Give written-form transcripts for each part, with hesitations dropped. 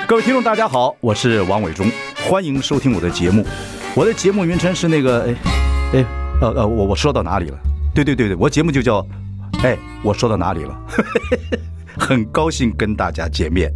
各位听众大家好，我是王伟忠，欢迎收听我的节目。我的节目名称是那个我说到哪里了？对，我节目就叫我说到哪里了？很高兴跟大家见面。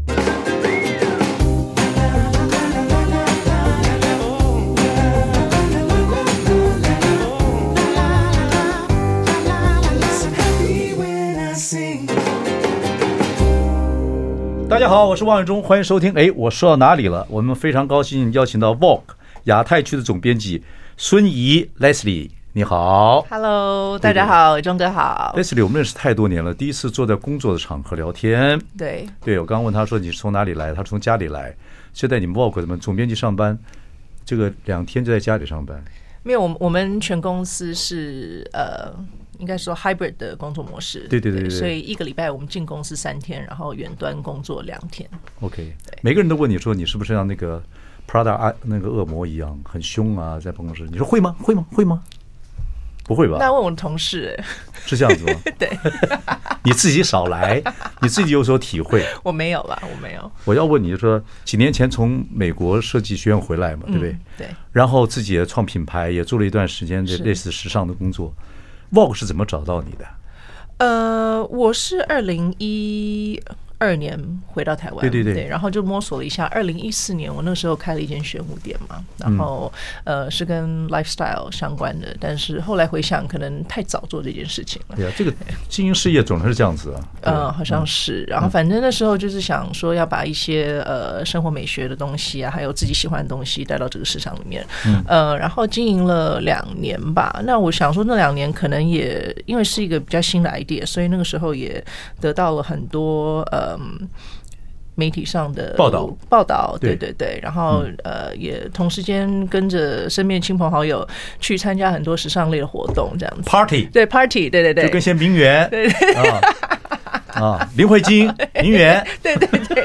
大家好，我是王伟忠，欢迎收听。我说到哪里了？我们非常高兴邀请到 Vogue 亚太区的总编辑孙怡 Leslie， 你好。 Hello， 大家好，伟忠哥好。 Leslie， 我们认识太多年了，第一次坐在工作的场合聊天。 对， 我刚刚问他说你是从哪里来，他从家里来。现在你们 Vogue 怎么总编辑上班？这个2天就在家里上班？ 没有，我们全公司是应该说 hybrid 的工作模式， 对， 所以一个礼拜我们进公司3天，然后远端工作2天。 OK， 每个人都问你说你是不是像那个 Prada 那个恶魔一样很凶啊，在办公室？你说会吗？会吗？不会吧？ 那问我的同事， 是这样子吗？ 对， 你自己少来，你自己有所体会。 我没有啦，我没有。 我要问你，就说几年前从美国设计学院回来嘛，对不对？ 对。然后自己也创品牌，也做了一段时间这类似时尚的工作。Vogue 是怎么找到你的？ 我是2012年回到台湾，对，然后就摸索了一下。2014年我那时候开了一间玄武店嘛，然后是跟 lifestyle 相关的，但是后来回想，可能太早做这件事情了。 对啊，这个经营事业总是这样子啊。 好像是。然后反正那时候就是想说要把一些生活美学的东西啊，还有自己喜欢的东西带到这个市场里面。然后经营了2年吧。那我想说那2年可能也因为是一个比较新的 idea， 所以那个时候也得到了很多媒体上的报道，对，然后也同时间跟着身边亲朋好友去参加很多时尚类的活动，这样子 party， 对， 就跟些名媛，对林慧晶名媛， 对。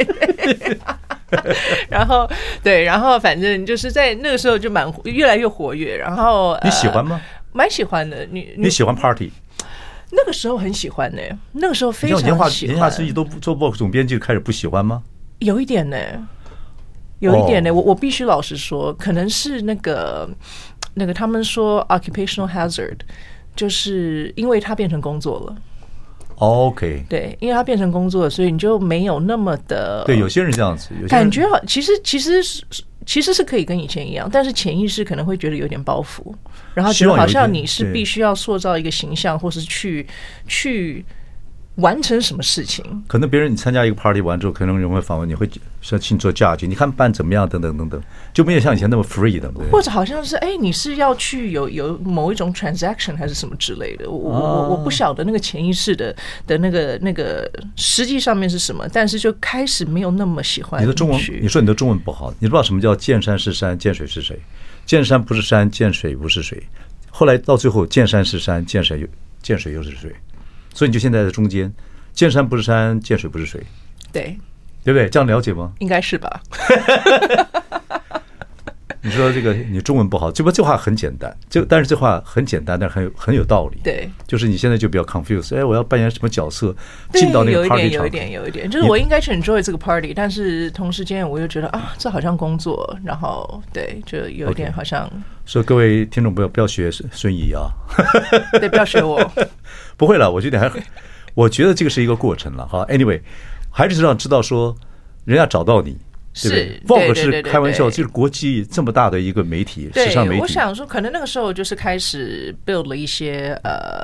然后反正就是在那个时候就越来越活跃，然后你喜欢吗？ 蛮喜欢的。 你喜欢 party？ 那个时候很喜欢呢，那个时候非常喜欢。 言下之意都做Vogue总编辑开始不喜欢吗？ 有一点呢。我必须老实说，可能是那个他们说 occupational hazard， 就是因为它变成工作了。 OK， 对，因为它变成工作，所以你就没有那么的。 对，有些人这样子， 感觉好，其实是可以跟以前一样，但是潜意识可能会觉得有点包袱，然后觉得好像你是必须要塑造一个形象，或是去完成什么事情。 可能别人你参加一个 party 完之后，可能人会访问你，会说请做 judge， 你看办怎么样，等等，就没有像以前那么 free 的。 或者好像是你是要去有某一种 transaction 还是什么之类的。我不晓得那个潜意识的那个实际上面是什么，但是就开始没有那么喜欢。 你的中文，你说你的中文不好，你不知道什么叫见山是山，见水是水，见山不是山，见水不是水，后来到最后见山是山，见水又是水。所以你就现在在中间，见山不是山，见水不是水，对不对？这样了解吗？ 应该是吧。 你说这个你中文不好，这话很简单，但是这话很简单，但是很有道理。 对，就是你现在就比较 confused， 我要扮演什么角色进到那个 party 场？ 有一点，就是我应该去 enjoy 这个 party， 但是同时间我又觉得这好像工作，然后对，就有一点好像。 所以各位听众不要学孙怡啊， 对，不要学我。 不会了，我觉得这个是一个过程了哈。Anyway， 还是知道说人家找到你。 是 Vogue 是开玩笑，就是国际这么大的一时尚媒体。 我想说，可能那个时候就是开始 build 了一些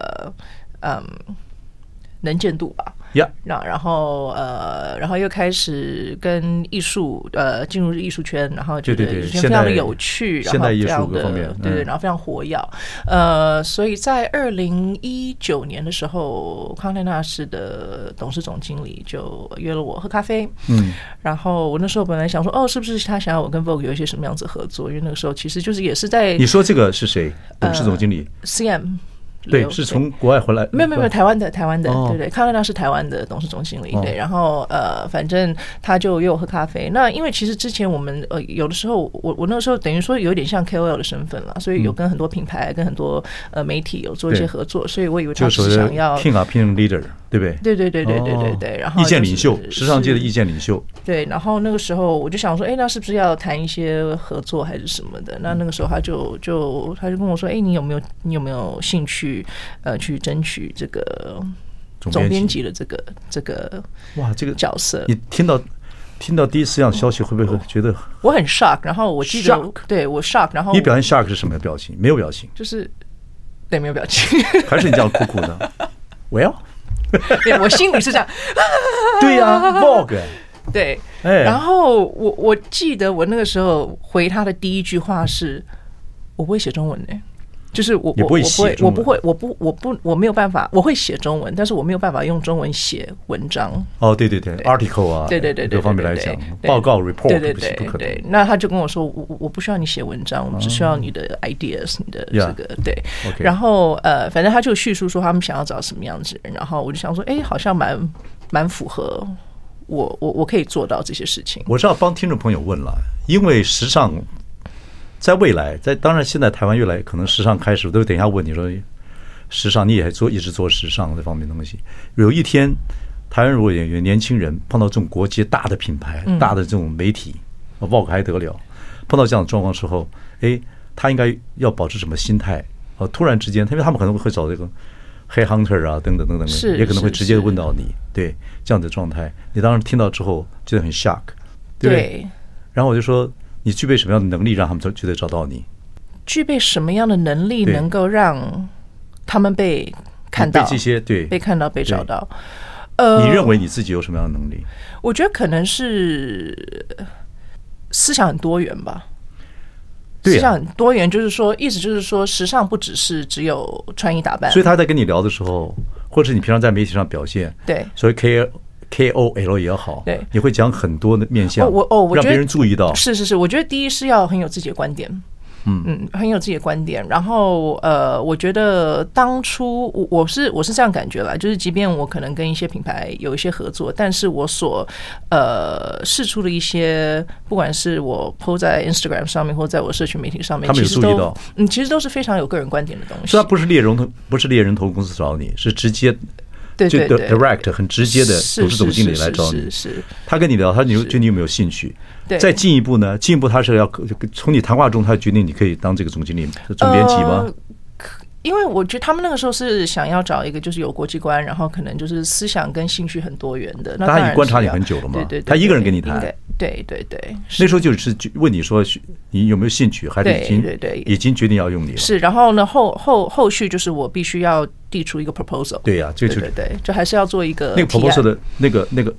能见度吧。然后又开始跟艺术进入艺术圈，然后觉得非常的有趣，然后非常的对，然后非常活跃。所以在2019年的时候，康泰纳仕的董事总经理就约了我喝咖啡。然后我那时候本来想说，是不是他想要我跟 Vogue 有一些什么样子合作？因为那个时候其实就是也是在。 你说这个是谁？董事总经理 CM。 对，是从国外回来， 没有，台湾的， 哦、 对对，康奈纳是台湾的董事总经理，对，然后反正他就约我喝咖啡。那因为其实之前我们有的时候我那个时候等于说有点像 KOL 的身份了，所以有跟很多品牌、跟很多媒体有做一些合作，所以我以为他是想要 King leader， 对不对？ 对，然后意见领袖，时尚界的意见领袖。 对，然后那个时候我就想说，那是不是要谈一些合作还是什么的？那个时候他就跟我说，你有没有兴趣去争取这个总编辑的这个哇这个角色？ 你听到第一次这样的消息，会不会觉得我很 shock？ 然后我记得对我 shock， 然后你表现 shock 是什么表情？没有表情， 就是对没有表情， 还是你这样酷酷的？Well， 我心里是这样， 对呀 ，Vogue。 对，然后我记得我那个时候回他的第一句话是：我不会写中文的。就是我没有办法，我会写中文，但是我没有办法用中文写文章。 哦，对 ，article 啊， 对， 各方面来讲，报告 report， 不可能。 那他就跟我说，我不需要你写文章，我们只需要你的 ideas， 你的这个对。然后反正他就叙述说他们想要找什么样子的人，然后我就想说，好像蛮符合我可以做到这些事情。 我是要帮听众朋友问了，因为时尚。在未来，当然现在台湾越来可能时尚开始，我都等一下问你说，时尚你也一直做时尚这方面的东西。有一天，台湾如果有年轻人碰到这种国际大的品牌、大的这种媒体，Vogue 还得了？碰到这样的状况之后，他应该要保持什么心态？突然之间，因为他们可能会找这个黑 hunter 啊，等等，也可能会直接问到你，对这样的状态，你当时听到之后觉得很 shock， 对不对？然后我就说。你具备什么样的能力，让他们觉得找到你？ 具备什么样的能力能够让他们被看到？ 被这些对被看到、被找到。 你认为你自己有什么样的能力？ 我觉得可能是思想很多元吧。思想很多元，就是说，意思就是说，时尚不只有穿衣打扮。 所以他在跟你聊的时候，或者是你平常在媒体上表现， 对， 所以KOL 也好， 对， 你会讲很多的面向， 我让别人注意到。 是，我觉得第一是要很有自己的观点，很有自己的观点。然后我觉得当初我是这样感觉啦，就是即便我可能跟一些品牌有一些合作，但是我所释出的一些，不管是我 po 在 Instagram 上面，或在我社群媒体上面， 他们有注意到， 其实都是非常有个人观点的东西。 所以他不是猎人头公司找你，是直接。 对 direct 很直接的董事总经理来找你，是他跟你聊，你有没有兴趣？再进一步呢？他是要从你谈话中，他决定你可以当这个总经理、总编辑吗？ 因为我觉得他们那个时候是想要找一个就是有国际观，然后可能就是思想跟兴趣很多元的。那他已观察你很久了嘛？对，他一个人跟你谈。 对， 那时候就是问你说你有没有兴趣，还是已经决定要用你了？ 是，然后呢后续就是我必须要递出一个 proposal。对呀， 就还是要做一个那个 proposal 的那个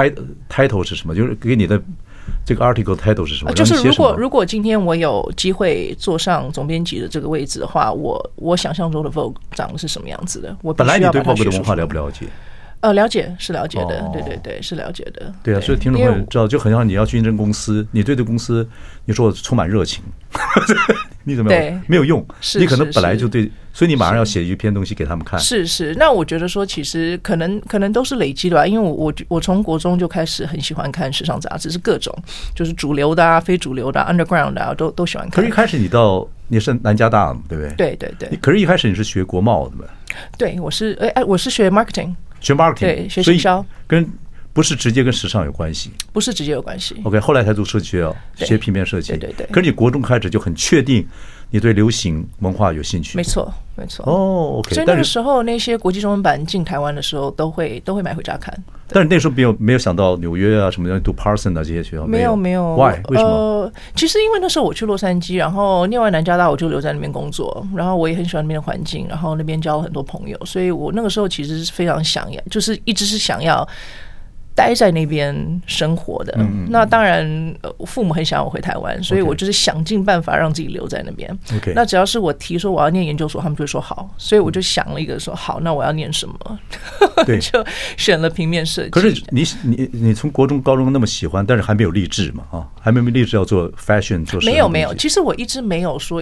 title 是什么？就是给你的这个 article title 是什么？ 就是如果今天我有机会坐上总编辑的这个位置的话，我想象中的 Vogue 长得是什么样子的？我本来你对 Vogue 的文化了不了解？ 了解是了解的，对，是了解的。 对啊，所以听众朋友知道，就很像你要去应征公司，你对这公司你说我充满热情，你怎么没有用？你可能本来就对，所以你马上要写一篇东西给他们看。 是，那我觉得说，其实可能都是累积的吧，因为我从国中就开始很喜欢看时尚杂志，是各种，就是主流的啊、非主流的、underground 的啊，都喜欢看。 可是一开始你是南加大嘛，对不对？ 对。 可是一开始你是学国贸的嘛？ 对，我是学 marketing。 学 marketing， 对，学行销， 不是直接跟时尚有关系， 不是直接有关系。 OK， 后来才读设计学校，学平面设计。 对。 可是你国中开始就很确定你对流行文化有兴趣。 没错。 哦 ，OK。 所以那个时候那些国际中文版进台湾的时候，都会买回家看。 但是那时候没有想到纽约啊什么的，读 Parson 啊这些学校没有。 Why？ 为什么？ 其实因为那时候我去洛杉矶，然后念完南加大，我就留在那边工作，然后我也很喜欢那边的环境，然后那边交了很多朋友，所以我那个时候其实是非常想要，就是一直是想要待在那边生活的。那当然父母很想要我回台湾，所以我就是想尽办法让自己留在那边。那只要是我提说我要念研究所，他们就会说好，所以我就想了一个说好，那我要念什么？就选了平面设计。 可是你从国中高中那么喜欢，但是还没有立志嘛？还没有立志要做 fashion 做时尚。 没有，其实我一直没有说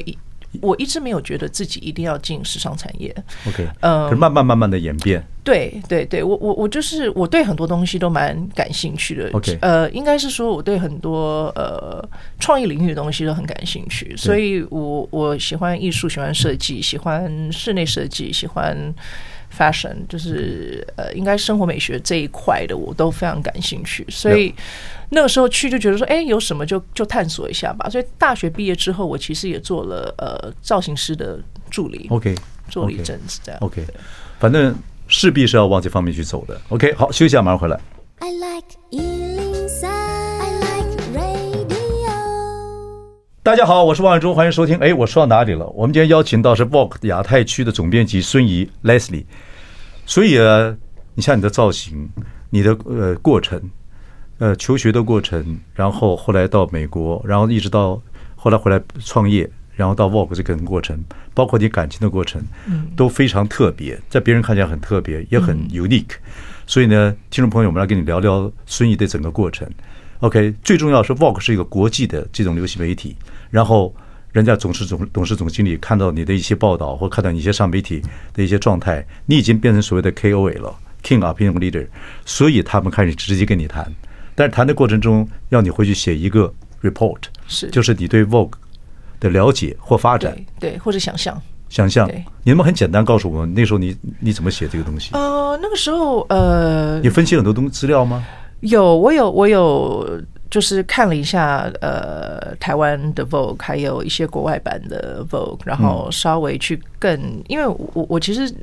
我一直没有觉得自己一定要进时尚产业。 OK， 可是慢慢的演变。 对对对，我就是我对很多东西都蛮感兴趣的。 OK， 应该是说我对很多创意领域的东西都很感兴趣，所以我喜欢艺术，喜欢设计，喜欢室内设计，喜欢 fashion， 就是应该生活美学这一块的我都非常感兴趣，所以那个时候去就觉得说，哎，有什么就探索一下吧。所以大学毕业之后，我其实也做了造型师的助理。 OK， 做了一阵子这样。 OK， 反正势必是要往这方面去走的。OK， 好，休息一下，马上回来。I like 103, I like radio。大家好，我是王伟忠，欢迎收听。哎，我说到哪里了？我们今天邀请到是 Vogue 亚太区的总编辑孙怡 Leslie。所以你像你的造型，你的过程，求学的过程，然后后来到美国，然后一直到后来回来创业，然后到 Vogue 这个过程，包括你感情的过程，都非常特别，在别人看起来很特别，也很 unique。所以呢，听众朋友，我们来跟你聊聊孙怡的整个过程。OK， 最重要是 Vogue 是一个国际的这种流行媒体，然后人家董事总经理看到你的一些报道，或看到你一些上媒体的一些状态，你已经变成所谓的 KOL 了 ，King Opinion Leader， 所以他们开始直接跟你谈。但是谈的过程中，要你回去写一个 report， 就是你对 Vogue 的了解或发展， 对，或者想象。 你能不能很简单告诉我们那时候你怎么写这个东西？ 那个时候你分析很多资料吗？ 我有就是看了一下台湾的 Vogue， 还有一些国外版的 Vogue， 然后稍微去因为我其实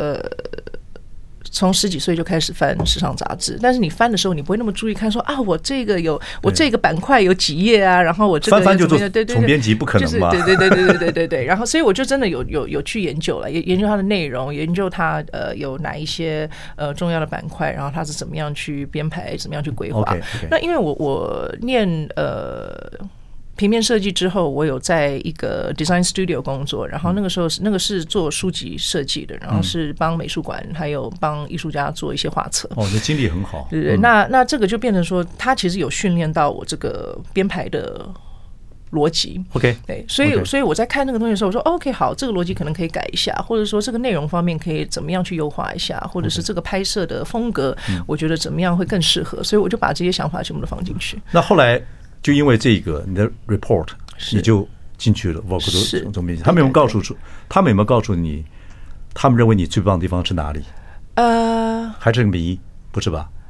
从10几岁就开始翻时尚杂志，但是你翻的时候，你不会那么注意看说啊，我这个板块有几页啊，然后我这个翻就做总编辑不可能嘛， 对，然后所以我就真的有去研究了，研究它的内容，研究它有哪一些重要的板块，然后它是怎么样去编排，怎么样去规划。那因为我念平面设计之后，我有在一个 design studio 工作，然后那个时候是做书籍设计的，然后是帮美术馆还有帮艺术家做一些画册。 你的经历很好。 对，那这个就变成说，他其实有训练到我这个编排的逻辑。 OK， 对，所以我在看那个东西的时候，我说 OK， 好，这个逻辑可能可以改一下，或者说这个内容方面可以怎么样去优化一下，或者是这个拍摄的风格，我觉得怎么样会更适合，所以我就把这些想法全部都放进去。 那后来就因为这个你的 report， 你就进去了 Vogue 总编辑。他们有没有告诉你，他们认为你最棒的地方是哪里？还是谜？不是吧？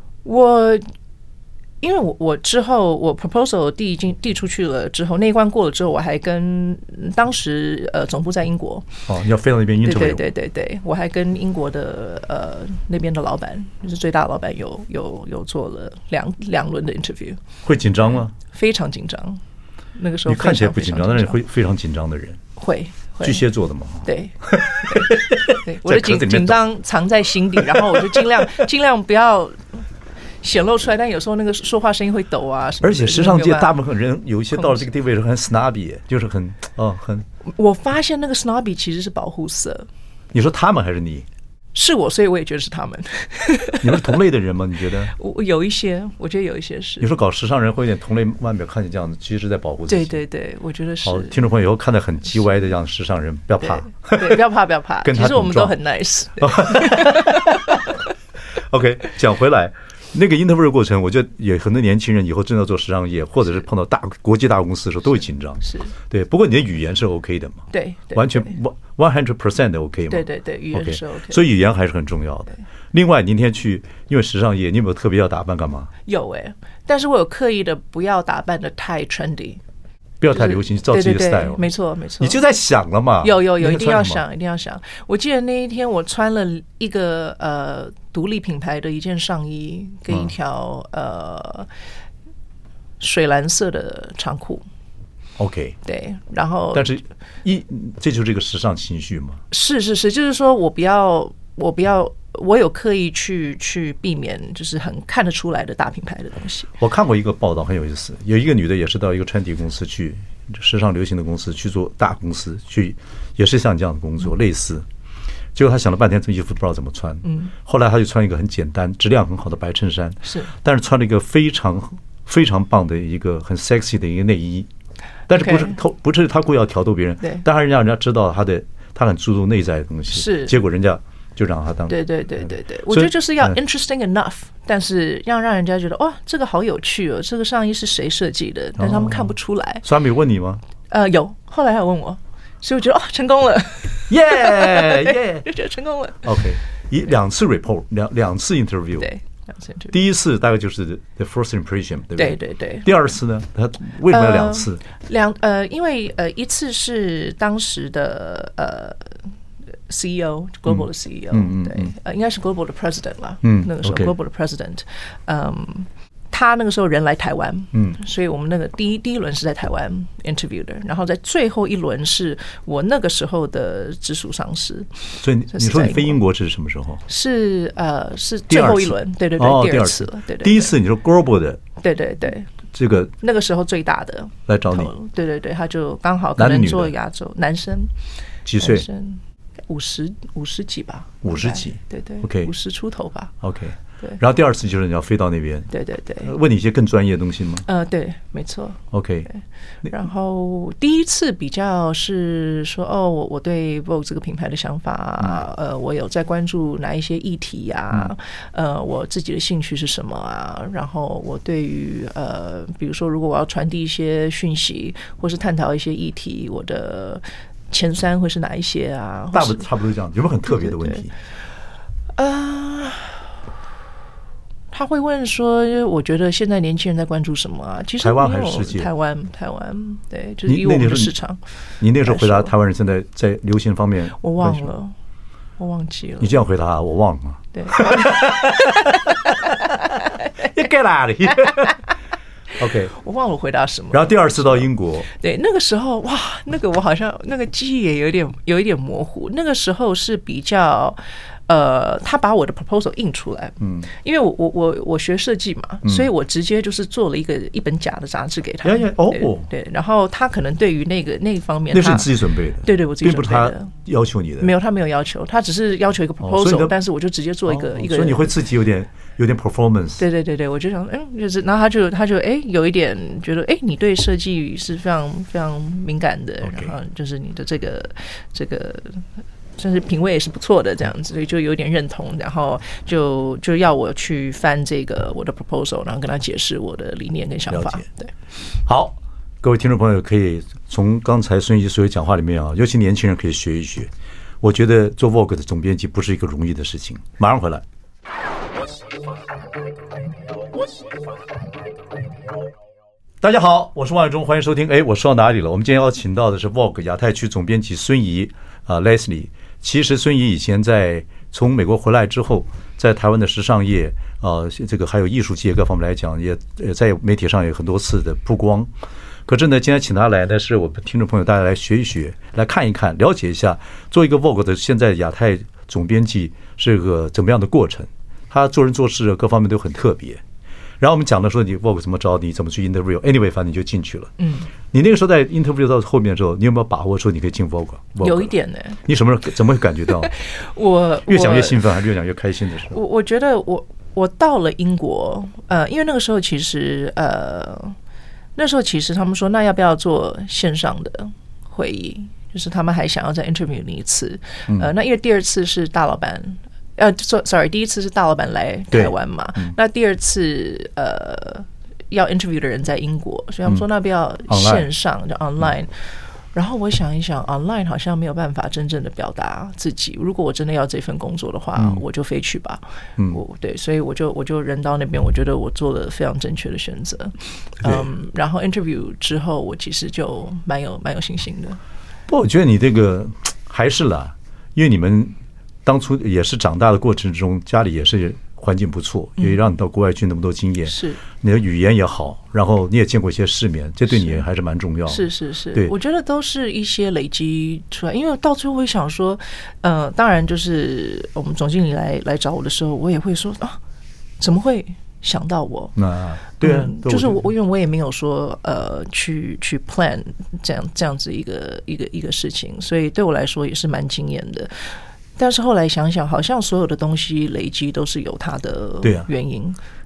因为我之后我 proposal 递出去了之后，那一关过了之后，我还跟当时总部在英国。 你要飞到那边 interview。 对，我还跟英国的那边的老板，就是最大的老板有做了两轮的 interview。 会紧张吗？ 非常紧张。那个时候你看起来不紧张，但是会非常紧张的人。 会巨蟹座的嘛。对， 我的紧张藏在心底，然后我就尽量不要显露出来，但有时候那个说话声音会抖啊什么。 而且时尚界大部分人有一些到了这个地位是很 snobby， 就是很。 我发现那个 snobby 其实是保护色。 你说他们还是你？ 是我，所以我也觉得是他们。 你们是同类的人吗？你觉得？ 有一些，我觉得有一些是。 你说搞时尚人会有点同类外表看起来这样子，其实是在保护自己。 对，我觉得是。 好，听众朋友以后看到很叽歪的这样时尚人，不要怕。 对，不要怕。其实我们都很 nice。 OK， 讲回来。那个 interview 过程，我觉得也很多年轻人以后真的做时尚业，或者是碰到国际大公司的时候，都会紧张。是，对。不过你的语言是 OK 的嘛？ 对， 完全100% 的 OK 嘛？ 对，语言是 OK。 所以语言还是很重要的。另外，今天去，因为时尚业，你有没有特别要打扮干嘛？ 有但是我有刻意的不要打扮的太 trendy。 不要太流行，照自己的 style。 没错。 你就在想了嘛？ 有，一定要想。我记得那一天我穿了一个独立品牌的一件上衣，跟一条水蓝色的长裤。 OK。 对，然后但是这就是这个时尚情绪嘛？是， 就是说我不要。我有刻意去避免，就是很看得出来的大品牌的东西。 我看过一个报道很有意思，有一个女的也是到一个trendy公司去，时尚流行的公司去做大公司去，也是像这样的工作类似。结果她想了半天，这衣服不知道怎么穿。后来她就穿一个很简单、质量很好的白衬衫，但是穿了一个非常非常棒的一个很 sexy 的一个内衣。 但是不是他故意要挑逗别人，但是让人家知道他很注重内在的东西， 是结果人家就让他当。 对，我觉得就是要 interesting enough，但是要让人家觉得哇，这个好有趣哦，这个上衣是谁设计的？但是他们看不出来。 所以他们有问你吗？ 有，后来还有问我，所以我觉得成功了， 耶， 就觉得成功了。 OK， 2次 report， 两次 interview， 对。 第一次大概就是 the first impression， 对不对？ 对。 第二次呢？他为什么要2次？ 因为一次是当时的CEO global 的 CEO，对，应该是 global 的 president 啦，那个时候 global 的 president，他那个时候人来台湾，所以我们那个第一轮是在台湾 interview 的，然后在最后一轮是我那个时候的直属上司。 所以你说你飞英国是什么时候？ 是最后一轮，对，第二次了，对。 第一次你说 global 的， 对， 这个那个时候最大的来找你， 对，他就刚好可能做亚洲男生， 几岁 ？50几吧 ，50几， 对 ，OK， 50出头吧 ，OK。然后第二次就是你要飞到那边， 对， 问你一些更专业的东西吗？ 对，没错。 OK， 然后第一次比较是说，我对 Vogue 这个品牌的想法，我有在关注哪一些议题啊，我自己的兴趣是什么啊？然后我对于比如说如果我要传递一些讯息，或是探讨一些议题，我的前3会是哪一些啊？ 差不多这样，有没有很特别的问题？ 他会问说：“我觉得现在年轻人在关注什么啊？”其实台湾还是世界？ 台湾，对，就是以我们的市场。 你那时候回答台湾人现在在流行方面， 我忘了，我忘记了。 你这样回答，我忘了。 对， 你干哪里？OK， 我忘了我回答什么。 然后第二次到英国， 对，那个时候哇，那个我好像那个记忆也有一点模糊。那个时候是比较。他把我的 proposal 印出来，因为我学设计嘛，所以我直接就是做了一本假的杂志给他，对，然后他可能对于那一方面， 那是你自己准备的， 对，我自己准备的， 并不是他要求你的， 没有，他没有要求，他只是要求一个 proposal，但是我就直接做一个， 所以你会自己有点 performance， 对，我就想，就是，然后他就有一点觉得，你对设计是非常非常敏感的，然后就是你的这个。甚至品味也是不错的，这样子，所以就有点认同，然后就要我去翻这个我的 proposal， 然后跟他解释我的理念跟想法。对， 好，各位听众朋友可以从刚才孙怡所有讲话里面啊，尤其年轻人可以学一学。我觉得做 Vogue 的总编辑不是一个容易的事情。马上回来。大家好，我是王伟忠，欢迎收听。我说到哪里了？我们今天要请到的是 Vogue 亚太区总编辑孙怡Leslie。其实孙怡以前从美国回来之后，在台湾的时尚业这个还有艺术界各方面来讲，也在媒体上有很多次的曝光。可是呢，今天请他来的是我们听众朋友，大家来学一学，来看一看，了解一下，做一个 Vogue 的现在亚太总编辑是个怎么样的过程。他做人做事各方面都很特别。然后我们讲的说你 Vogue 怎么找你，怎么去 interview，anyway 反正你就进去了。你那个时候在 interview 到后面的时候，你有没有把握说你可以进 Vogue？ 有一点呢。 你什么时候怎么会感觉到？我越讲越兴奋，还是越讲越开心的时候？ 我觉得我到了英国，因为那个时候其实他们说，那要不要做线上的会议？就是他们还想要再 interview 你一次。那因为第二次是大老板。sorry， 第一次是大老板来台湾嘛，那第二次要 interview 的人在英国，所以他们说那不要线上就 online。然后我想一想 ，online 好像没有办法真正的表达自己。如果我真的要这份工作的话，我就飞去吧。对，所以我就人到那边，我觉得我做了非常正确的选择。然后 interview 之后，我其实就蛮有信心的。 不过我觉得你这个还是啦，因为你们当初也是长大的过程中，家里也是环境不错，也让你到国外去那么多经验， 是你的语言也好，然后你也见过一些世面，这对你还是蛮重要的。 是， 对， 我觉得都是一些累积出来。因为到最后会想说，当然就是我们总经理来找我的时候，我也会说怎么会想到我？ 对啊， 就是因为我也没有说去 plan 这样子一个事情，所以对我来说也是蛮惊艳的。但是后来想想，好像所有的东西累积都是有它的原因。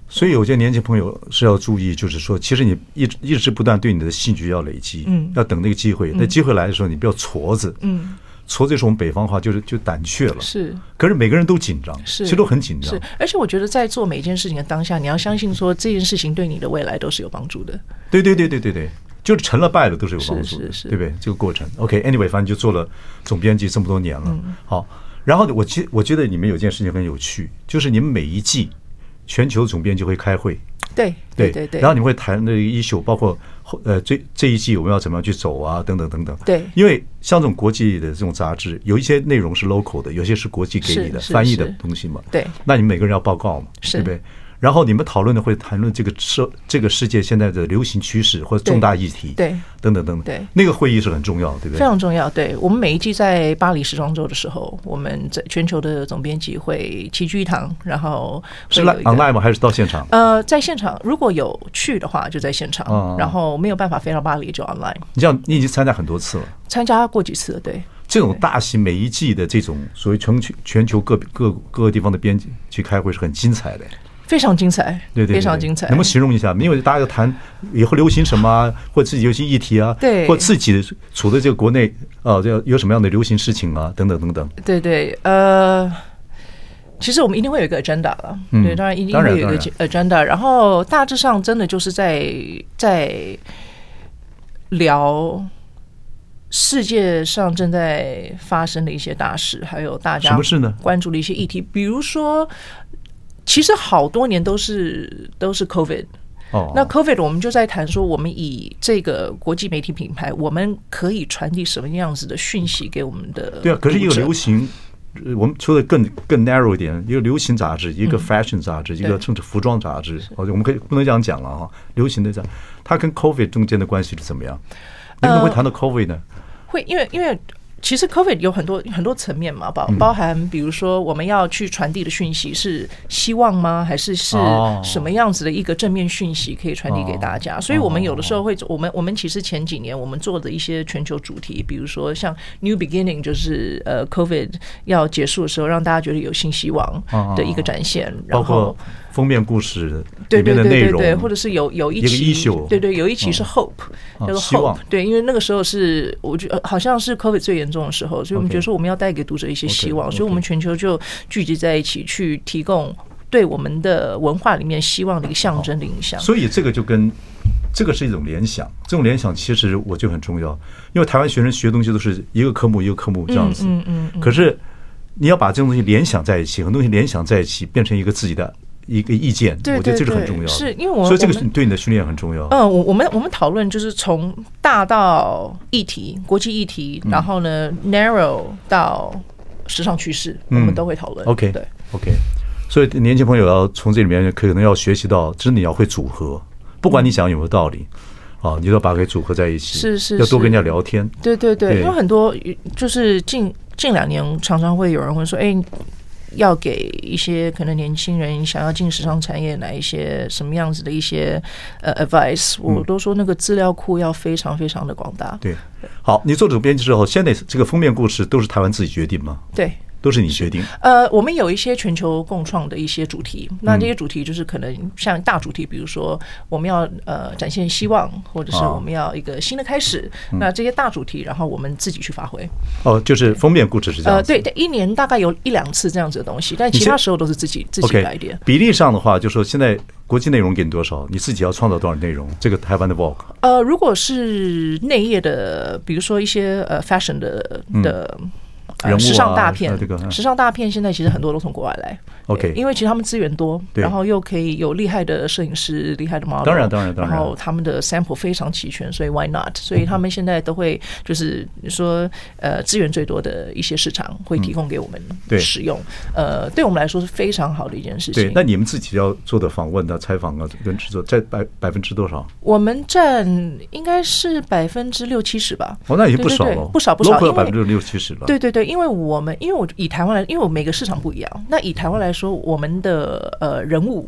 所以有些年轻朋友是要注意，就是说，其实你一直不断对你的兴趣要累积，要等那个机会。那机会来的时候，你不要矬子，矬子是我们北方话，就胆怯了。是，可是每个人都紧张，其实都很紧张。 是，而且我觉得在做每一件事情的当下，你要相信说这件事情对你的未来都是有帮助的。 对，就是成了败了都是有帮助的，对不对？这个过程。OK，anyway， 反正就做了总编辑这么多年了。好，然后我觉得你们有件事情很有趣，就是你们每一季全球总编辑会开会。对，然后你们会谈那个issue，包括这一季我们要怎么样去走啊，等等等等。对，因为像这种国际的这种杂志，有一些内容是 local 的，有些是国际给你的翻译的东西嘛。对，那你们每个人要报告嘛，对不对？然后你们讨论的会谈论这个世界现在的流行趋势或者重大议题，对，等等等等。对，那个会议是很重要，对不对？ 非常重要。对，我们每一季在巴黎时装周的时候，我们在全球的总编辑会齐聚一堂，然后是 online 吗？还是到现场？ 在现场，如果有去的话就在现场，然后没有办法飞到巴黎就 online。 你已经参加很多次了， 参加过几次了？对。 这种大型每一季的这种所谓全球各个地方的编辑去开会是很精彩的。 非常精彩，对，非常精彩。 能不能形容一下？因为大家要谈以后流行什么啊，或者自己有些议题啊，对，或自己处的这个国内有什么样的流行事情啊，等等等等。 对，其实我们一定会有一个 agenda 了，对，当然一定会有一个 agenda。然后大致上真的就是在聊世界上正在发生的一些大事，还有大家关注的一些议题，比如说。其实好多年都是 COVID， 那 COVID 我们就在谈说，我们以这个国际媒体品牌，我们可以传递什么样子的讯息给我们的？ 对啊，可是一个流行，我们说的更 narrow 一点，一个流行杂志，一个 fashion 杂志，一个甚至服装杂志，我们可以不能这样讲了哈。流行的这样，它跟 COVID 中间的关系是怎么样？你们会谈到 COVID 呢？ 会，因为。其实 COVID 有很多层面嘛，包含比如说我们要去传递的讯息是希望吗？还是什么样子的一个正面讯息可以传递给大家？所以我们有的时候会，我们其实前几年我们做的一些全球主题，比如说像 New Beginning， 就是COVID 要结束的时候，让大家觉得有新希望的一个展现，然后。 封面故事里面的内容， 对，或者是有一期，对，有一期是 Hope， 叫做 Hope， 对，因为那个时候是我觉得好像是 COVID 最严重的时候，所以我们觉得说我们要带给读者一些希望，所以我们全球就聚集在一起去提供对我们的文化里面希望的一个象征的影响。 所以这个就跟这个是一种联想，这种联想其实我觉得很重要，因为台湾学生学东西都是一个科目一个科目这样子，可是你要把这种东西联想在一起，很多东西联想在一起，变成一个自己的。一个意见，我觉得这是很重要的， 是因为所以这个对你的训练很重要。 我们讨论就是从大到议题、国际议题，然后呢 narrow 到时尚趋势，我们都会讨论。 OK， 所以年轻朋友要从这里面可能要学习到，真的你要会组合，不管你讲有没有道理。你都把它给组合在一起，是要多跟人家聊天。 对，因为很多就是近2年常常会有人会说，要给一些可能年轻人想要进时尚产业来一些什么样子的一些advice， 我都说那个资料库要非常非常的广大。对， 好，你做总编辑之后，现在这个封面故事都是台湾自己决定吗？ 对。 都是你决定？ 我们有一些全球共创的一些主题，那这些主题就是可能像大主题，比如说我们要展现希望，或者是我们要一个新的开始。那这些大主题，然后我们自己去发挥。 就是封面故事是这样子。 对，一年大概有1-2次这样子的东西，但其他时候都是自己来一点。 比例上的话，就说现在国际内容给你多少，你自己要创造多少内容？这个台湾的 Vogue。 如果是内页的，比如说一些fashion 的。时尚大片，时尚大片现在其实很多都从国外来。OK， 因为其实他们资源多，然后又可以有厉害的摄影师、厉害的 model， 当然， 然后他们的 sample 非常齐全，所以 why not？ 所以他们现在都会就是说资源最多的一些市场会提供给我们使用。对我们来说是非常好的一件事情。 对，那你们自己要做的访问啊、采访啊跟制作，在%多少？ 我们占应该是60%-70%吧。 那已经不少了， 不少 ，local 60%-70%了。 对，因为我以台湾来，因为我每个市场不一样。那以台湾来说，我们的人物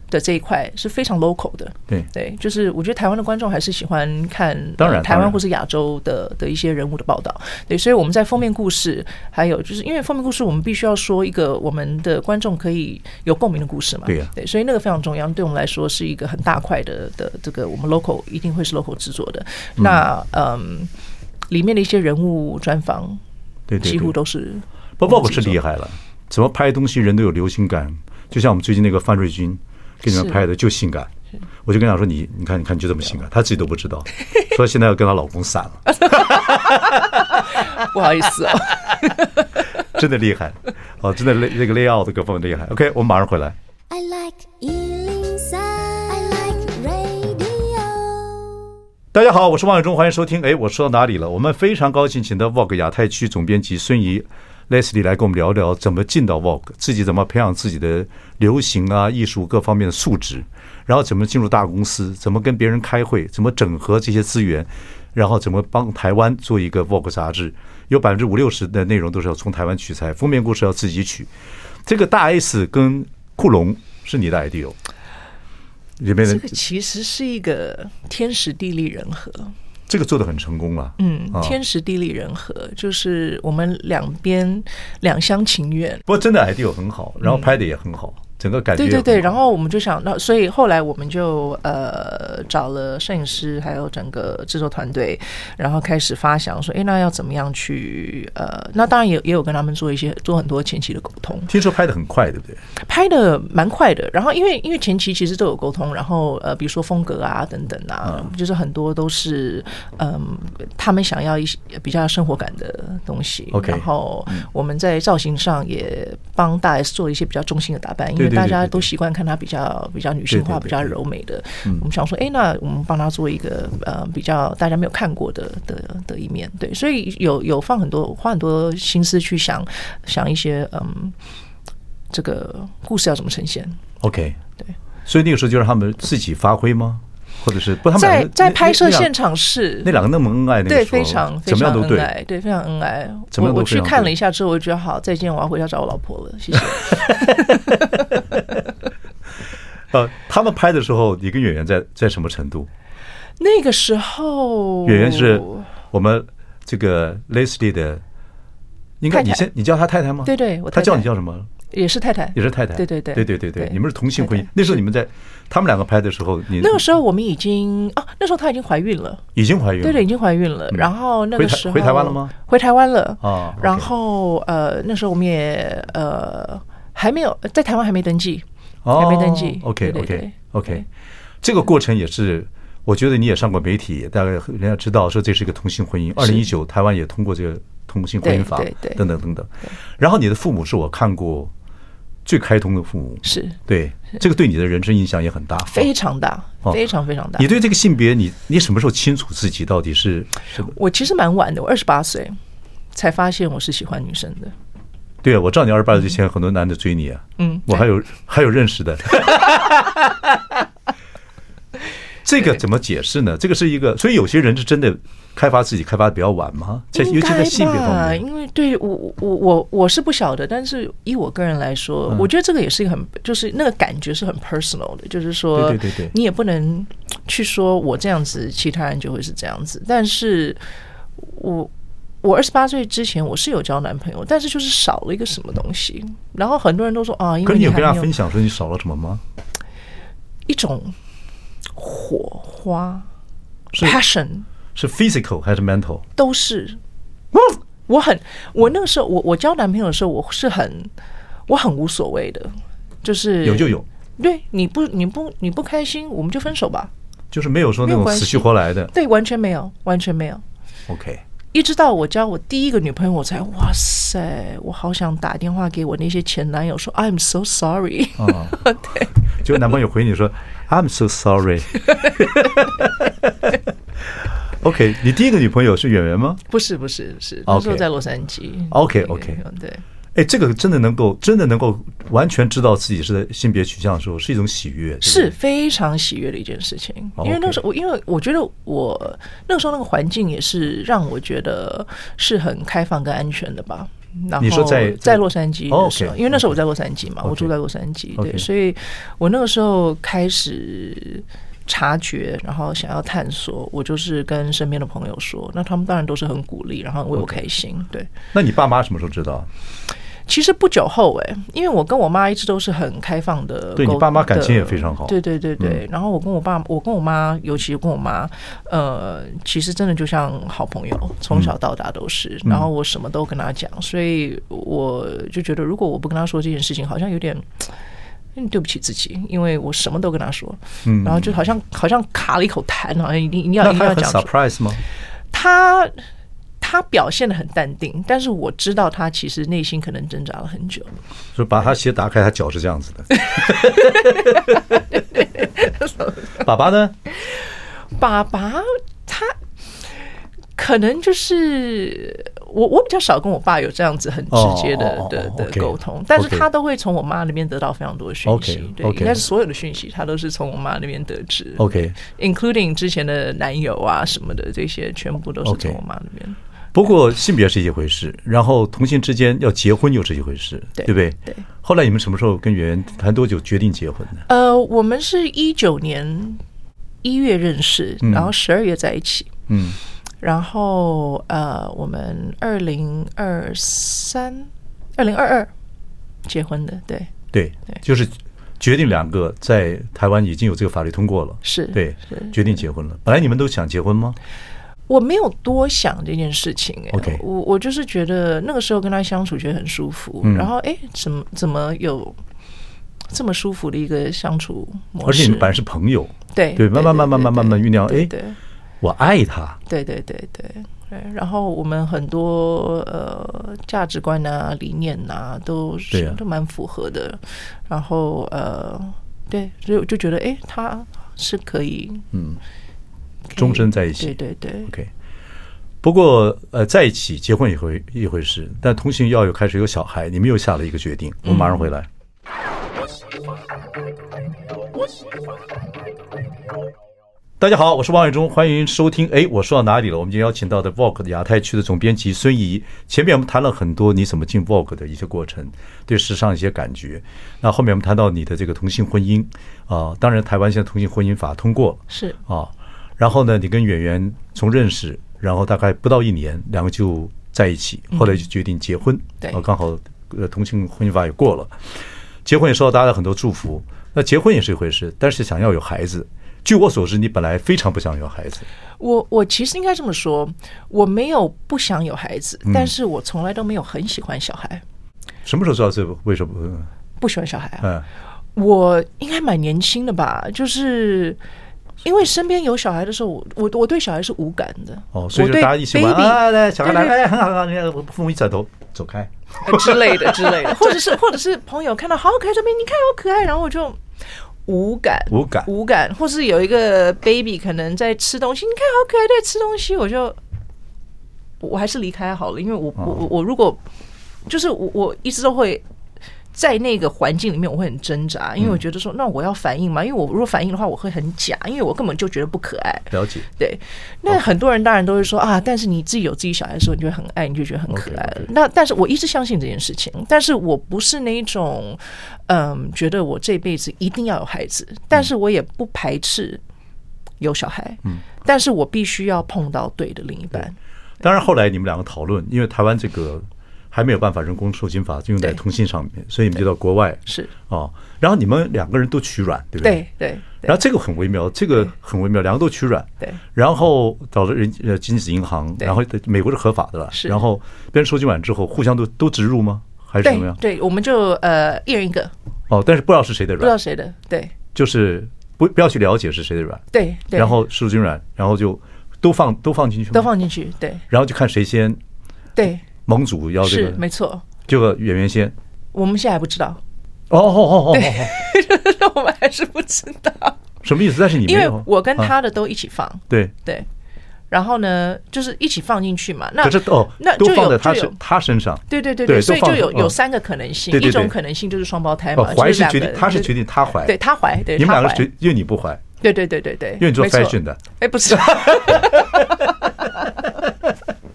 的这一块是非常 local 的。对，就是我觉得台湾的观众还是喜欢看台湾或是亚洲的一些人物的报道。对，所以我们在封面故事，还有就是因为封面故事我们必须要说一个我们的观众可以有共鸣的故事嘛。对，所以那个非常重要，对我们来说是一个很大块的这个我们 local 一定会是 local 制作的。那里面的一些人物专访，几乎都是。 Vogue 是厉害了，怎么拍东西人都有流行感，就像我们最近那个范瑞君给你们拍的就性感，我就跟他说你看就这么性感，他自己都不知道，说现在要跟她老公散了， 不好意思哦， 真的厉害哦，真的那个 layout 各方面厉害。OK， 我们马上回来。 I like 103, I like radio。 大家好，我是王伟忠，欢迎收听。我说到哪里了？我们非常高兴请到 Vogue 亚太区总编辑孙怡 Leslie 来跟我们聊聊怎么进到 Vogue， 自己怎么培养自己的流行啊、艺术各方面的素质，然后怎么进入大公司，怎么跟别人开会，怎么整合这些资源，然后怎么帮台湾做一个 Vogue 杂志，有50%-60%的内容都是要从台湾取材，封面故事要自己取。这个大 S 跟库龙是你的 idea。这个其实是一个天时地利人和， 这个做得很成功了。 天时地利人和，就是我们两边两厢情愿。 不过真的 idea 很好，然后拍的也很好，整个感觉对，然后我们就想到，所以后来我们就找了摄影师，还有整个制作团队，然后开始发想说，那要怎么样去那当然也有跟他们做很多前期的沟通。 听说拍的很快，对不对？ 拍的蛮快的，然后因为前期其实都有沟通，然后比如说风格啊等等啊，就是很多都是他们想要一些比较生活感的东西。然后我们在造型上也帮大 S 做一些比较中性的打扮，因为大家都习惯看她比较女性化、比较柔美的。我们想说，那我们帮她做一个比较大家没有看过的一面。对，所以有花很多心思去想一些这个故事要怎么呈现。 OK， 对， 所以那个时候就让他们自己发挥吗？或者是不？他们在拍摄现场是那两个那么恩爱，那个时候对，非常怎么样都对， 对，非常恩爱。我去看了一下之后，我就觉得好，再见，我要回家找我老婆了，谢谢。 他们拍的时候，你跟演员在什么程度？ 那个时候， 演员是我们这个 Leslie 的，应该你叫她太太吗？ 对， 她叫你叫什么？ 也是太太， 对，你们是同性婚姻。那时候你们他们两个拍的时候，那个时候我们已经那时候她已经怀孕了， 已经怀孕了， 对，已经怀孕了。然后那个时候回台湾了吗？ 回台湾了啊。然后那时候我们也还没有在台湾还没登记，还没登记。 OK， 这个过程也是，我觉得你也上过媒体，大概人家知道说这是一个同性婚姻。2019台湾也通过这个同性婚姻法，等等。然后你的父母是我看过最开通的父母， 是对这个对你的人生影响也很大， 非常大，非常非常大。 你对这个性别，你什么时候清楚自己到底是什么？ 我其实蛮晚的，我28岁才发现我是喜欢女生的。 对啊，我知道你28岁之前很多男的追你啊，我还有认识的。这个怎么解释呢？这个是一个，所以有些人是真的开发自己开发的比较晚吗？尤其在性别方面， 因为对我是不晓得，但是以我个人来说，我觉得这个也是一个就是那个感觉是很 personal 的，就是说， 对， 你也不能去说我这样子，其他人就会是这样子。但是我28岁之前我是有交男朋友，但是就是少了一个什么东西。然后很多人都说因为你有跟大家分享说你少了什么吗？ 一种火花 ，passion 是 physical 还是 mental？ 都是。我那个时候我交男朋友的时候，我很无所谓的，就是有就有。 对，你不开心，我们就分手吧。 就是没有说那种死去活来的。 对，完全没有。 OK。 一直到我交我第一个女朋友，我才哇塞，我好想打电话给我那些前男友说 I'm so sorry。对， 就男朋友回你说 I'm so sorry。OK， 你第一个女朋友是演员吗？ 不是，那时候在洛杉矶。 OK， 对。 这个真的能够完全知道自己是性别取向的时候，是一种喜悦， 是非常喜悦的一件事情。因为那时候因为我觉得我那个时候那个环境也是让我觉得是很开放跟安全的吧。 然后你说在洛杉矶的时候，因为那时候我在洛杉矶嘛，我住在洛杉矶，对，所以我那个时候开始察觉，然后想要探索，我就是跟身边的朋友说，那他们当然都是很鼓励，然后为我开心。对， 那你爸妈什么时候知道？ 其实不久后因为我跟我妈一直都是很开放的， 对你爸妈感情也非常好。 对。然后我跟我妈，尤其跟我妈，其实真的就像好朋友，从小到大都是。然后我什么都跟她讲，所以我就觉得，如果我不跟她说这件事情，好像有点对不起自己，因为我什么都跟她说，然后就好像卡了一口痰，好像一定要讲。 surprise 吗？ 他表现得很淡定，但是我知道他其实内心可能挣扎了很久。 所以把他鞋打开，他脚是这样子的。爸爸呢？ 爸爸他可能就是我比较少跟我爸有这样子很直接的沟通，但是他都会从我妈那边得到非常多的讯息。对，应该是所有的讯息他都是从我妈那边得知。including 之前的男友啊什么的，这些全部都是从我妈那边。 不过性别是一回事，然后同性之间要结婚又是一回事，对不对？ 对。 后来你们什么时候跟圆圆谈多久决定结婚呢？ 我们是19年1月认识，然后12月在一起。然后我们2022结婚的，对， 就是决定两个在台湾已经有这个法律通过了，对，决定结婚了。本来你们都想结婚吗？ 我没有多想这件事情 ，OK， 我就是觉得那个时候跟他相处觉得很舒服，然后怎么有这么舒服的一个相处模式？ 而且你们本来是朋友， 对， 慢慢酝酿，我爱他， 对，然后我们很多价值观啊、理念啊，都蛮符合的，然后对，所以我就觉得他是可以， 终身在一起， 对 ，OK。不过在一起结婚一回事，但同行要开始有小孩，你们又下了一个决定。我马上回来。大家好，我是王伟忠，欢迎收听。我说到哪里了？我们今天邀请到的 Vogue 的亚太区的总编辑孙怡。前面我们谈了很多你怎么进 Vogue 的一些过程，对时尚一些感觉。那后面我们谈到你的这个同性婚姻当然台湾现在同性婚姻法通过是然后呢，你跟圆圆从认识，然后大概不到1年，两个就在一起，后来就决定结婚。 对， 刚好同性婚姻法也过了，结婚也受到大家很多祝福。那结婚也是一回事，但是想要有孩子。据我所知，你本来非常不想有孩子。 我其实应该这么说，我没有不想有孩子，但是我从来都没有很喜欢小孩。 什么时候知道这为什么不喜欢小孩啊？我应该蛮年轻的吧，就是因为身边有小孩的时候，我对小孩是无感的。 所以就大家一起玩来小孩来，很好，你看父母一转头走开之类的，或者是朋友看到好可爱照片，你看好可爱，然后我就。无感，或是有一个 baby 可能在吃东西，你看好可爱在吃东西，我还是离开好了，因为我如果就是我一直都会在那个环境里面，我会很挣扎，因为我觉得说，那我要反应嘛，因为我如果反应的话，我会很假，因为我根本就觉得不可爱。 了解， 对。那很多人当然都会说但是你自己有自己小孩的时候，你就会很爱，你就觉得很可爱了。那但是我一直相信这件事情，但是我不是那一种觉得我这辈子一定要有孩子，但是我也不排斥有小孩，但是我必须要碰到对的另一半。 当然，后来你们两个讨论，因为台湾这个。还没有办法人工受精法用在同性上面，所以你们就到国外然后你们两个人都取卵，对不对？ 对。 然后这个很微妙，两个都取卵。 对。 然后找了精子银行，然后美国是合法的了。然后别人受精卵之后，互相都植入吗？还是怎么样？ 对，我们就一人一个。 但是不知道是谁的卵， 不知道谁的，对。 就是不要去了解是谁的卵， 对。 然后受精卵，然后就都放进去， 都放进去，对。 然后就看谁先， 对。 盟主要这个是没错， 这个圆圆先， 我们现在还不知道。 我们还是不知道什么意思。但是你没有， 因为我跟他的都一起放， 对。 然后呢，就是一起放进去嘛。那那都放在他身上， 对，所以就有3个可能性。一种可能性就是双胞胎嘛， 怀是决定，他是决定他怀， 对他怀，对你们两个因为你不怀， 对， 因为你做 fashion 的， 不是。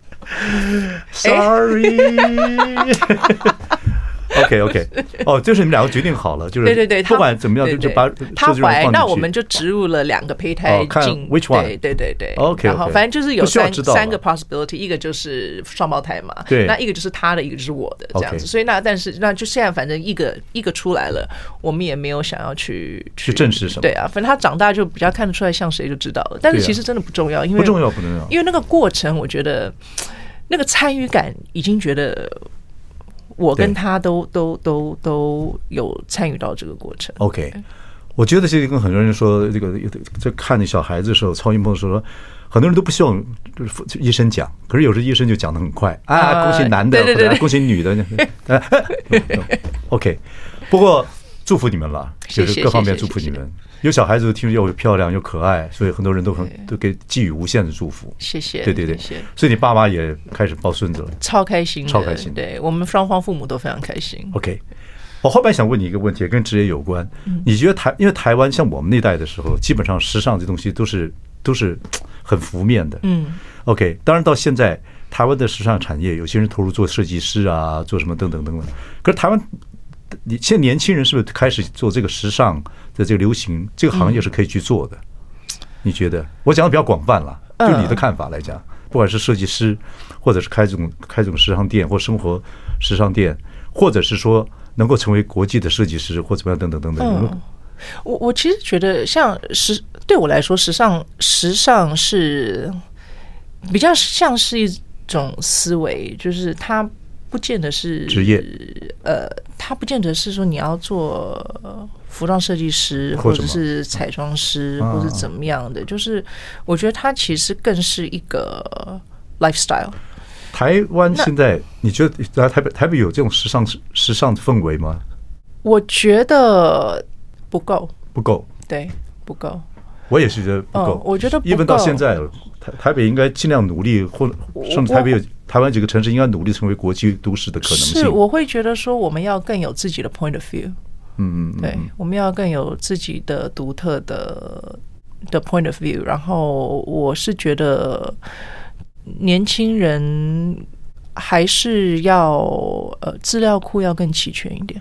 Sorry。OK， 哦，就是你们两个决定好了，就是对， 不管怎么样，就把他怀， 放进去那我们就植入了2个胚胎看进， which one？ 对 OK， 然后反正就是有不需要知道三个 possibility， 一个就是双胞胎嘛， 对， 那一个就是他的，一个就是我的这样子， OK 所以但是就现在反正一个出来了，我们也没有想要去证实什么， 对啊，反正他长大就比较看得出来像谁就知道了，但是其实真的不重要，因为不重要， 因为那个过程，我觉得那个参与感已经觉得。我跟他都有参与到这个过程。 OK， 我觉得这个跟很多人说，这看那小孩子的时候，超音波的时候，很多人都不希望就是医生讲，可是有时候医生就讲得很快啊，恭喜男的， 对， 恭喜女的。OK， 不过祝福你们了，就是各方面祝福你们。有小孩子听着又漂亮又可爱，所以很多人都给寄予无限的祝福。 谢谢， 对，所以你爸妈也开始抱孙子了， 超开心， 超开心。 对我们双方父母都非常开心。 OK， 我后边想问你一个问题，跟职业有关。你觉得因为台湾像我们那代的时候，基本上时尚这东西都是很浮面的。OK， 当然到现在台湾的时尚产业，有些人投入做设计师啊，做什么等等。可是台湾。你现在年轻人是不是开始做这个时尚的这个流行这个行业是可以去做的？你觉得？我讲的比较广泛了，就你的看法来讲，不管是设计师，或者是开这种时尚店或生活时尚店，或者是说能够成为国际的设计师或怎么样等等。 我其实觉得对我来说，时尚是比较像是一种思维，就是它。不见得是职业， 他不见得是说你要做服装设计师，或者是彩妆师，或者怎么样的。就是我觉得它其实更是一个 lifestyle。 台湾现在你觉得台北有这种时尚氛围吗？ 我觉得不够，对，不够。 我也是觉得不够， 我觉得不够。 因为到现在台北应该尽量努力，或甚至台湾几个城市应该努力成为国际都市的可能性。 是，我会觉得说我们要更有自己的 point of view。对，我们要更有自己的独特的 point of view。然后我是觉得年轻人还是要资料库要更齐全一点。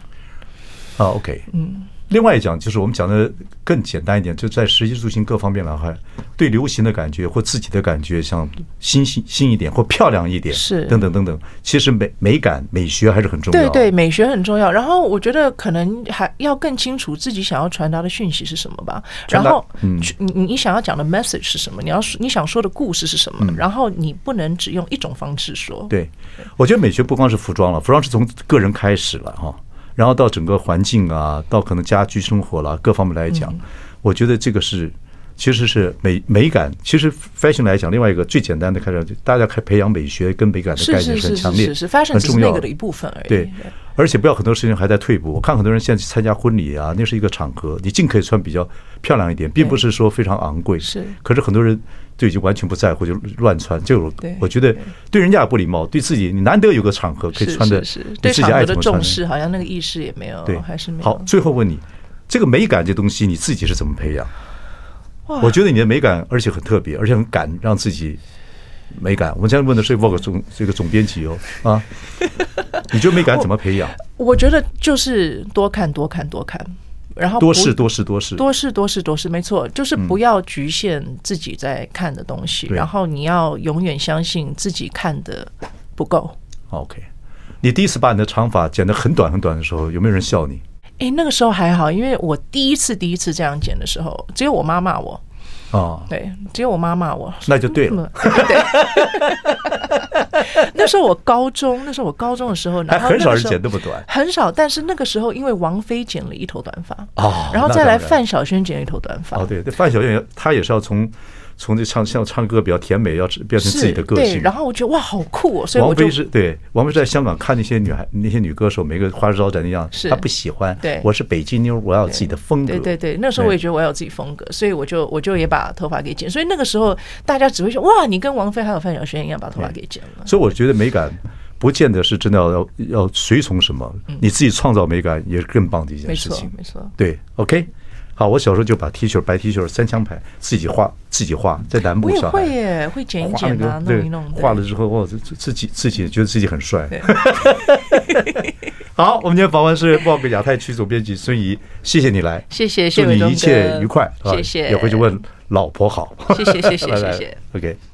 OK， 另外讲就是我们讲的更简单一点，就在实际住行各方面来看，对流行的感觉或自己的感觉，像新一点或漂亮一点， 是等等。其实美感美学还是很重要。 对，美学很重要。然后我觉得可能还要更清楚自己想要传达的讯息是什么吧。然后你想要讲的 message 是什么？你想说的故事是什么？然后你不能只用一种方式说。 对，我觉得美学不光是服装了，服装是从个人开始了哈。然后到整个环境啊，到可能家居生活啦，各方面来讲，我觉得这个其实是美感。其实 fashion 来讲，另外一个最简单的开始，大家培养美学跟美感的概念是很强烈， 是 fashion 只是那个的一部分而已。 对，而且不要很多事情还在退步。我看很多人现在去参加婚礼啊，那是一个场合，你尽可以穿比较漂亮一点，并不是说非常昂贵。 是， 可是很多人就已经完全不在乎，就乱穿。就我觉得对人家也不礼貌，对自己你难得有个场合可以穿的， 对场合的重视，好像那个意识也没有， 对， 还是没有。 好，最后问你，这个美感这东西你自己是怎么培养？我觉得你的美感而且很特别，而且很敢让自己美感。我们现在问的是 Vogue 这个总编辑啊，你觉得美感怎么培养？ 我觉得就是多看，然后多试， 没错，就是不要局限自己在看的东西，然后你要永远相信自己看的不够。 OK， 你第一次把你的长发剪得很短的时候，有没有人笑你？ 那个时候还好，因为我第一次这样剪的时候，只有我妈骂我。对，只有我妈骂我， 那就对了。 对，那时候我高中的时候， 还很少人剪那么短， 很少。但是那个时候，因为王菲剪了一头短发，然后再来范晓萱剪了一头短发。 对，范晓萱她也是要从这唱歌比较甜美，要变成自己的个性。 对，然后我觉得哇，好酷哦！所以王菲王菲在香港看那些女歌手，每个花枝招展那样，她不喜欢。 对， 我是北京妞，我要有自己的风格。 对，那时候我也觉得我要有自己风格，所以我就也把头发给剪。所以那个时候大家只会说哇，你跟王菲还有范晓萱一样把头发给剪了。 所以我觉得美感不见得是真的要随从什么，你自己创造美感也是更棒的一件事情。 没错。 对 ，OK。 好，我小时候就把 T 恤白 T 恤3枪牌自己画，在南部我也上海会耶，会剪一剪啊，弄一弄。 画了之后，哇，自己觉得自己很帅。好，我们今天访问是报个亚太区总编辑孙怡，谢谢你来， 谢谢， 祝你一切愉快， 谢谢， 也回去问老婆好， 谢谢。 OK。